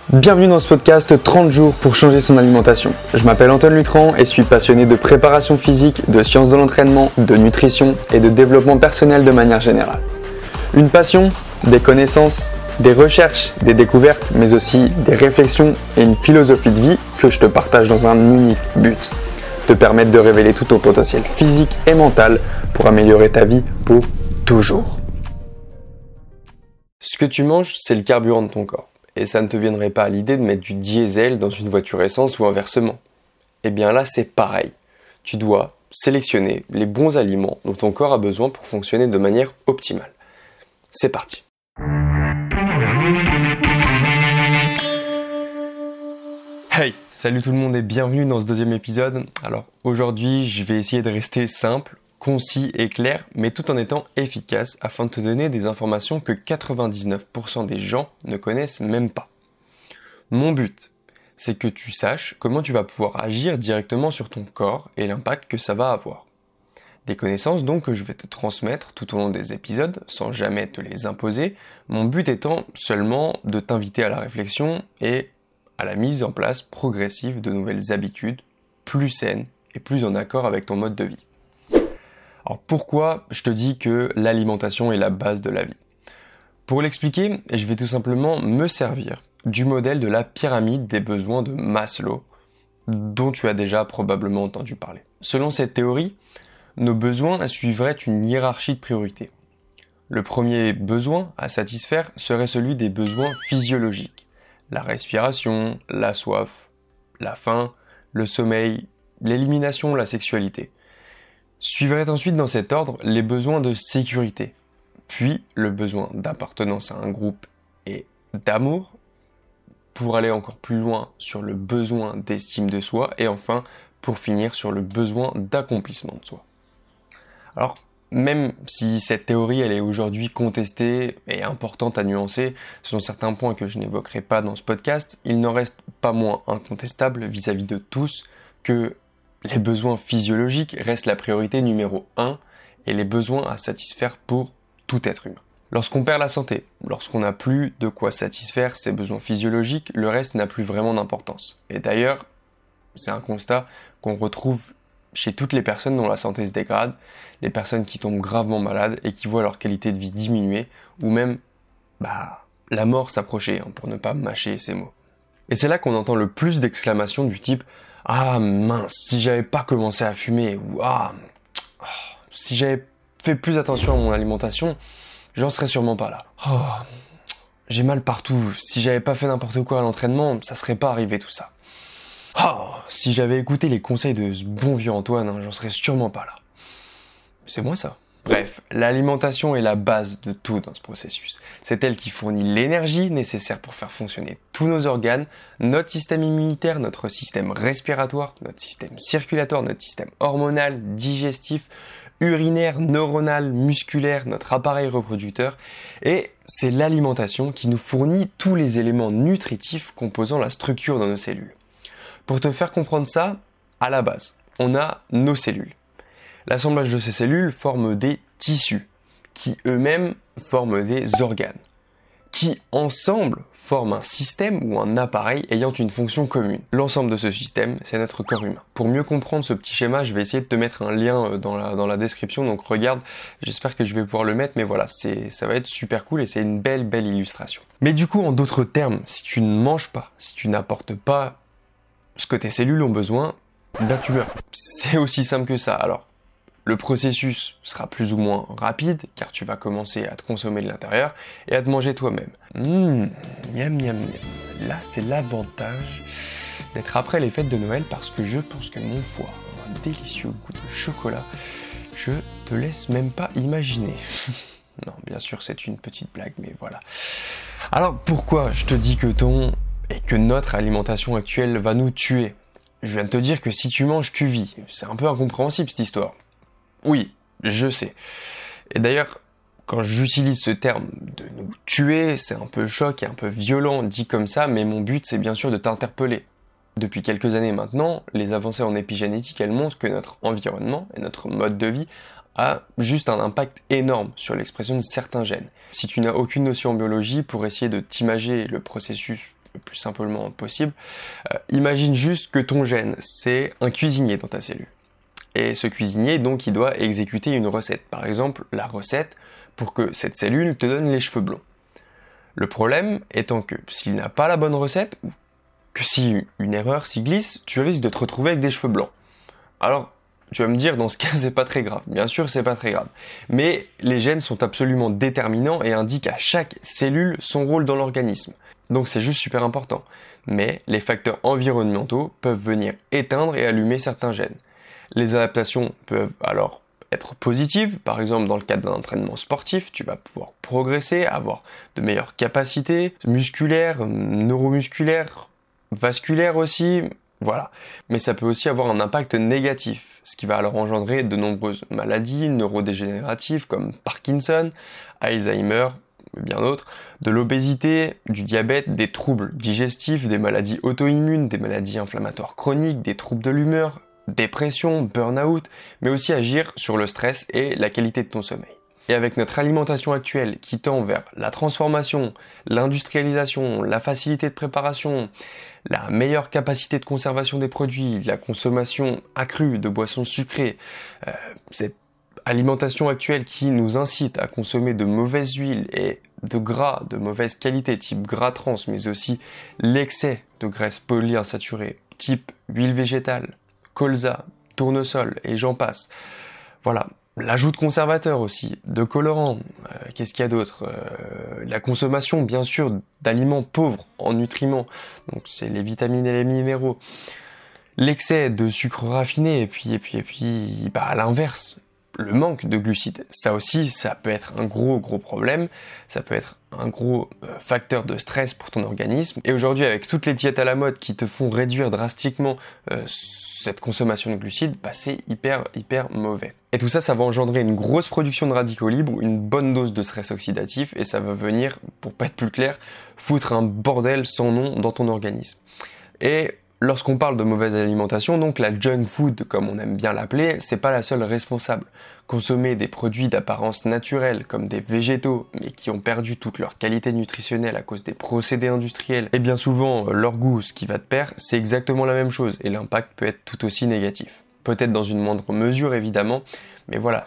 Bienvenue dans ce podcast 30 jours pour changer son alimentation. Je m'appelle Antoine Lutran et suis passionné de préparation physique, de sciences de l'entraînement, de nutrition et de développement personnel de manière générale. Une passion, des connaissances, des recherches, des découvertes, mais aussi des réflexions et une philosophie de vie que je te partage dans un unique but. Te permettre de révéler tout ton potentiel physique et mental pour améliorer ta vie pour toujours. Ce que tu manges, c'est le carburant de ton corps. Et ça ne te viendrait pas à l'idée de mettre du diesel dans une voiture essence ou inversement. Eh bien là, c'est pareil. Tu dois sélectionner les bons aliments dont ton corps a besoin pour fonctionner de manière optimale. C'est parti. Hey, salut tout le monde et bienvenue dans ce deuxième épisode. Alors aujourd'hui, je vais essayer de rester simple, concis et clair, mais tout en étant efficace afin de te donner des informations que 99% des gens ne connaissent même pas. Mon but, c'est que tu saches comment tu vas pouvoir agir directement sur ton corps et l'impact que ça va avoir. Des connaissances donc que je vais te transmettre tout au long des épisodes sans jamais te les imposer, mon but étant seulement de t'inviter à la réflexion et à la mise en place progressive de nouvelles habitudes plus saines et plus en accord avec ton mode de vie. Alors pourquoi je te dis que l'alimentation est la base de la vie ? Pour l'expliquer, je vais tout simplement me servir du modèle de la pyramide des besoins de Maslow, dont tu as déjà probablement entendu parler. Selon cette théorie, nos besoins suivraient une hiérarchie de priorités. Le premier besoin à satisfaire serait celui des besoins physiologiques. La respiration, la soif, la faim, le sommeil, l'élimination, la sexualité. Suivraient ensuite dans cet ordre les besoins de sécurité, puis le besoin d'appartenance à un groupe et d'amour, pour aller encore plus loin sur le besoin d'estime de soi, et enfin, pour finir sur le besoin d'accomplissement de soi. Alors, même si cette théorie elle est aujourd'hui contestée et importante à nuancer, selon certains points que je n'évoquerai pas dans ce podcast, il n'en reste pas moins incontestable vis-à-vis de tous que les besoins physiologiques restent la priorité numéro 1 et les besoins à satisfaire pour tout être humain. Lorsqu'on perd la santé, lorsqu'on n'a plus de quoi satisfaire ses besoins physiologiques, le reste n'a plus vraiment d'importance. Et d'ailleurs, c'est un constat qu'on retrouve chez toutes les personnes dont la santé se dégrade, les personnes qui tombent gravement malades et qui voient leur qualité de vie diminuer, ou même la mort s'approcher, pour ne pas mâcher ces mots. Et c'est là qu'on entend le plus d'exclamations du type « Ah mince, si j'avais pas commencé à fumer » ou « Ah, si j'avais fait plus attention à mon alimentation, j'en serais sûrement pas là. Oh, j'ai mal partout, si j'avais pas fait n'importe quoi à l'entraînement, ça serait pas arrivé tout ça. Oh, si j'avais écouté les conseils de ce bon vieux Antoine, j'en serais sûrement pas là. » C'est moi ça. Bref, l'alimentation est la base de tout dans ce processus. C'est elle qui fournit l'énergie nécessaire pour faire fonctionner tous nos organes, notre système immunitaire, notre système respiratoire, notre système circulatoire, notre système hormonal, digestif, urinaire, neuronal, musculaire, notre appareil reproducteur. Et c'est l'alimentation qui nous fournit tous les éléments nutritifs composant la structure de nos cellules. Pour te faire comprendre ça, à la base, on a nos cellules. L'assemblage de ces cellules forme des tissus, qui eux-mêmes forment des organes, qui ensemble forment un système ou un appareil ayant une fonction commune. L'ensemble de ce système, c'est notre corps humain. Pour mieux comprendre ce petit schéma, je vais essayer de te mettre un lien dans la description, donc regarde, j'espère que je vais pouvoir le mettre, mais voilà, ça va être super cool et c'est une belle illustration. Mais du coup, en d'autres termes, si tu ne manges pas, si tu n'apportes pas ce que tes cellules ont besoin, tu meurs. C'est aussi simple que ça. Alors, le processus sera plus ou moins rapide, car tu vas commencer à te consommer de l'intérieur et à te manger toi-même. Miam, miam, miam. Là, c'est l'avantage d'être après les fêtes de Noël, parce que je pense que mon foie a un délicieux goût de chocolat. Je te laisse même pas imaginer. Non, bien sûr, c'est une petite blague, mais voilà. Alors, pourquoi je te dis que notre alimentation actuelle va nous tuer ? Je viens de te dire que si tu manges, tu vis. C'est un peu incompréhensible, cette histoire. Oui, je sais. Et d'ailleurs, quand j'utilise ce terme de nous tuer, c'est un peu choc et un peu violent dit comme ça, mais mon but c'est bien sûr de t'interpeller. Depuis quelques années maintenant, les avancées en épigénétique, elles montrent que notre environnement et notre mode de vie a juste un impact énorme sur l'expression de certains gènes. Si tu n'as aucune notion en biologie, pour essayer de t'imager le processus le plus simplement possible. Imagine juste que ton gène, c'est un cuisinier dans ta cellule. Et ce cuisinier, donc, il doit exécuter une recette. Par exemple, la recette pour que cette cellule te donne les cheveux blonds. Le problème étant que s'il n'a pas la bonne recette, ou que si une erreur s'y glisse, tu risques de te retrouver avec des cheveux blancs. Alors, tu vas me dire, dans ce cas, c'est pas très grave. Bien sûr, c'est pas très grave. Mais les gènes sont absolument déterminants et indiquent à chaque cellule son rôle dans l'organisme. Donc c'est juste super important. Mais les facteurs environnementaux peuvent venir éteindre et allumer certains gènes. Les adaptations peuvent alors être positives. Par exemple, dans le cadre d'un entraînement sportif, tu vas pouvoir progresser, avoir de meilleures capacités musculaires, neuromusculaires, vasculaires aussi. Voilà. Mais ça peut aussi avoir un impact négatif, ce qui va alors engendrer de nombreuses maladies neurodégénératives comme Parkinson, Alzheimer, et bien d'autres, de l'obésité, du diabète, des troubles digestifs, des maladies auto-immunes, des maladies inflammatoires chroniques, des troubles de l'humeur, dépression, burn-out, mais aussi agir sur le stress et la qualité de ton sommeil. Et avec notre alimentation actuelle qui tend vers la transformation, l'industrialisation, la facilité de préparation, la meilleure capacité de conservation des produits, la consommation accrue de boissons sucrées, cette alimentation actuelle qui nous incite à consommer de mauvaises huiles et de gras de mauvaise qualité, type gras trans, mais aussi l'excès de graisses polyinsaturées, type huile végétale, colza, tournesol et j'en passe. Voilà. L'ajout de conservateurs aussi, de colorants, qu'est-ce qu'il y a d'autre la consommation bien sûr d'aliments pauvres en nutriments, donc c'est les vitamines et les minéraux. L'excès de sucre raffiné et puis à l'inverse, le manque de glucides. Ça aussi, ça peut être un gros problème, ça peut être un gros facteur de stress pour ton organisme. Et aujourd'hui, avec toutes les diètes à la mode qui te font réduire drastiquement cette consommation de glucides, c'est hyper mauvais. Et tout ça, ça va engendrer une grosse production de radicaux libres, une bonne dose de stress oxydatif, et ça va venir, pour pas être plus clair, foutre un bordel sans nom dans ton organisme. Et lorsqu'on parle de mauvaise alimentation, donc la junk food, comme on aime bien l'appeler, c'est pas la seule responsable. Consommer des produits d'apparence naturelle, comme des végétaux, mais qui ont perdu toute leur qualité nutritionnelle à cause des procédés industriels, et bien souvent leur goût, ce qui va de pair, c'est exactement la même chose, et l'impact peut être tout aussi négatif. Peut-être dans une moindre mesure évidemment, mais voilà,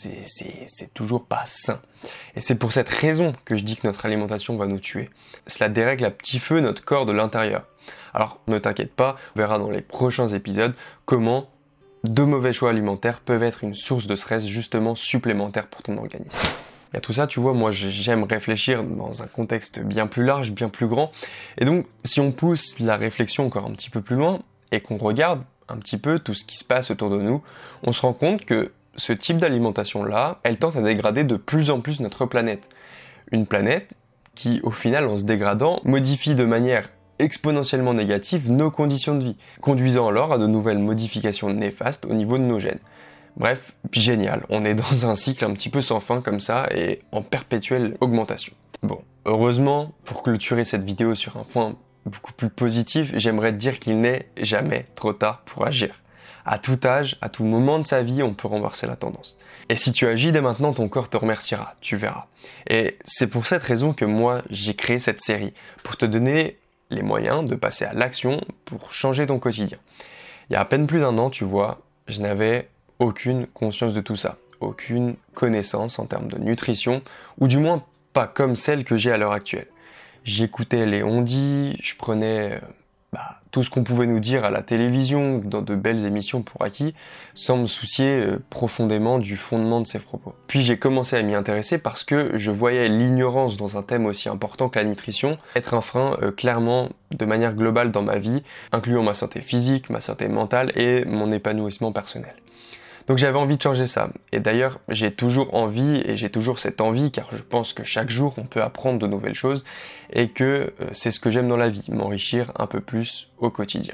c'est toujours pas sain. Et c'est pour cette raison que je dis que notre alimentation va nous tuer. Cela dérègle à petit feu notre corps de l'intérieur. Alors ne t'inquiète pas, on verra dans les prochains épisodes comment de mauvais choix alimentaires peuvent être une source de stress justement supplémentaire pour ton organisme. Il y a tout ça, tu vois, moi j'aime réfléchir dans un contexte bien plus large, bien plus grand. Et donc si on pousse la réflexion encore un petit peu plus loin et qu'on regarde un petit peu tout ce qui se passe autour de nous, on se rend compte que ce type d'alimentation-là, elle tend à dégrader de plus en plus notre planète. Une planète qui, au final, en se dégradant, modifie de manière exponentiellement négative nos conditions de vie, conduisant alors à de nouvelles modifications néfastes au niveau de nos gènes. Bref, génial, on est dans un cycle un petit peu sans fin comme ça et en perpétuelle augmentation. Bon, heureusement, pour clôturer cette vidéo sur un point beaucoup plus positif, j'aimerais te dire qu'il n'est jamais trop tard pour agir. À tout âge, à tout moment de sa vie, on peut renverser la tendance. Et si tu agis dès maintenant, ton corps te remerciera, tu verras. Et c'est pour cette raison que moi, j'ai créé cette série, pour te donner les moyens de passer à l'action pour changer ton quotidien. Il y a à peine plus d'1 an, tu vois, je n'avais aucune conscience de tout ça, aucune connaissance en termes de nutrition, ou du moins pas comme celle que j'ai à l'heure actuelle. J'écoutais les on-dit, je prenais tout ce qu'on pouvait nous dire à la télévision, dans de belles émissions pour acquis, sans me soucier profondément du fondement de ces propos. Puis j'ai commencé à m'y intéresser parce que je voyais l'ignorance dans un thème aussi important que la nutrition être un frein clairement de manière globale dans ma vie, incluant ma santé physique, ma santé mentale et mon épanouissement personnel. Donc j'avais envie de changer ça. Et d'ailleurs, j'ai toujours envie, et j'ai toujours cette envie, car je pense que chaque jour, on peut apprendre de nouvelles choses, et que c'est ce que j'aime dans la vie, m'enrichir un peu plus au quotidien.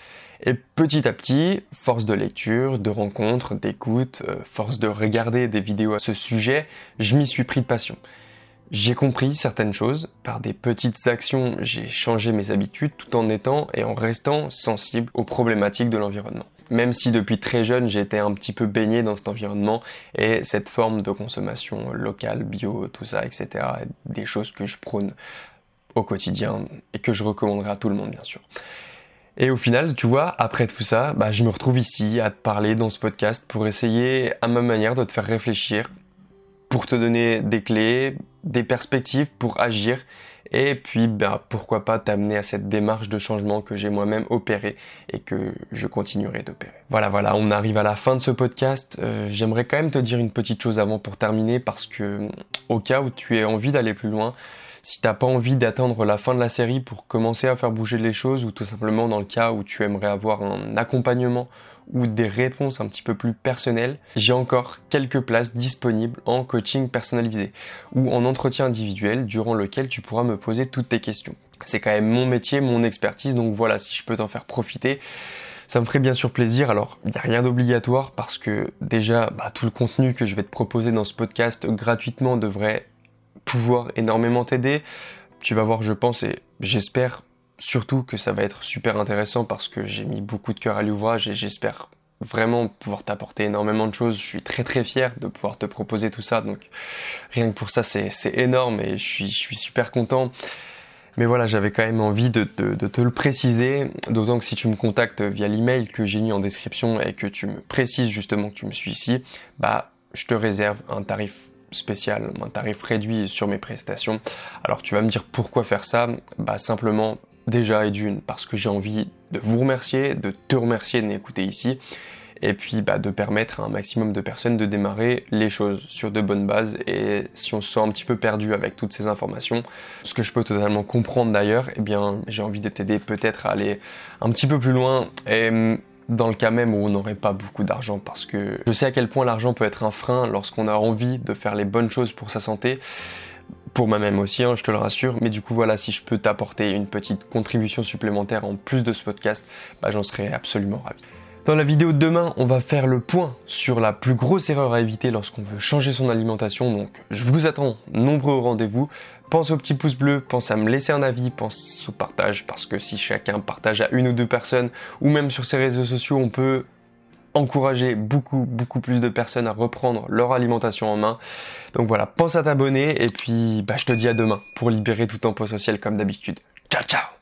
Et petit à petit, force de lecture, de rencontres, d'écoute, force de regarder des vidéos à ce sujet, je m'y suis pris de passion. J'ai compris certaines choses, par des petites actions, j'ai changé mes habitudes tout en étant et en restant sensible aux problématiques de l'environnement. Même si depuis très jeune, j'ai été un petit peu baigné dans cet environnement et cette forme de consommation locale, bio, tout ça, etc. Des choses que je prône au quotidien et que je recommanderais à tout le monde bien sûr. Et au final, tu vois, après tout ça, je me retrouve ici à te parler dans ce podcast pour essayer à ma manière de te faire réfléchir, pour te donner des clés, des perspectives pour agir et puis pourquoi pas t'amener à cette démarche de changement que j'ai moi-même opérée et que je continuerai d'opérer. Voilà, on arrive à la fin de ce podcast. J'aimerais quand même te dire une petite chose avant pour terminer parce que au cas où tu aies envie d'aller plus loin, si t'as pas envie d'attendre la fin de la série pour commencer à faire bouger les choses ou tout simplement dans le cas où tu aimerais avoir un accompagnement ou des réponses un petit peu plus personnelles, j'ai encore quelques places disponibles en coaching personnalisé ou en entretien individuel durant lequel tu pourras me poser toutes tes questions. C'est quand même mon métier, mon expertise, donc voilà, si je peux t'en faire profiter, ça me ferait bien sûr plaisir. Alors, il n'y a rien d'obligatoire parce que déjà, tout le contenu que je vais te proposer dans ce podcast gratuitement devrait pouvoir énormément t'aider. Tu vas voir, je pense, et j'espère surtout que ça va être super intéressant parce que j'ai mis beaucoup de cœur à l'ouvrage et j'espère vraiment pouvoir t'apporter énormément de choses. Je suis très très fier de pouvoir te proposer tout ça, donc rien que pour ça c'est énorme et je suis super content. Mais voilà, j'avais quand même envie de te le préciser, d'autant que si tu me contactes via l'email que j'ai mis en description et que tu me précises justement que tu me suis ici, je te réserve un tarif spécial, un tarif réduit sur mes prestations. Alors tu vas me dire pourquoi faire ça ? Simplement déjà et d'une parce que j'ai envie de vous remercier, de te remercier de m'écouter ici et puis de permettre à un maximum de personnes de démarrer les choses sur de bonnes bases. Et si on se sent un petit peu perdu avec toutes ces informations, ce que je peux totalement comprendre d'ailleurs, j'ai envie de t'aider peut-être à aller un petit peu plus loin et dans le cas même où on n'aurait pas beaucoup d'argent, parce que je sais à quel point l'argent peut être un frein lorsqu'on a envie de faire les bonnes choses pour sa santé, pour moi-même aussi, je te le rassure, mais du coup voilà, si je peux t'apporter une petite contribution supplémentaire en plus de ce podcast, j'en serais absolument ravi. Dans la vidéo de demain, on va faire le point sur la plus grosse erreur à éviter lorsqu'on veut changer son alimentation, donc je vous attends nombreux au rendez-vous. Pense au petit pouce bleu, pense à me laisser un avis, pense au partage, parce que si chacun partage à une ou deux personnes, ou même sur ses réseaux sociaux, on peut encourager beaucoup plus de personnes à reprendre leur alimentation en main. Donc voilà, pense à t'abonner, et puis je te dis à demain pour libérer tout ton potentiel comme d'habitude. Ciao ciao.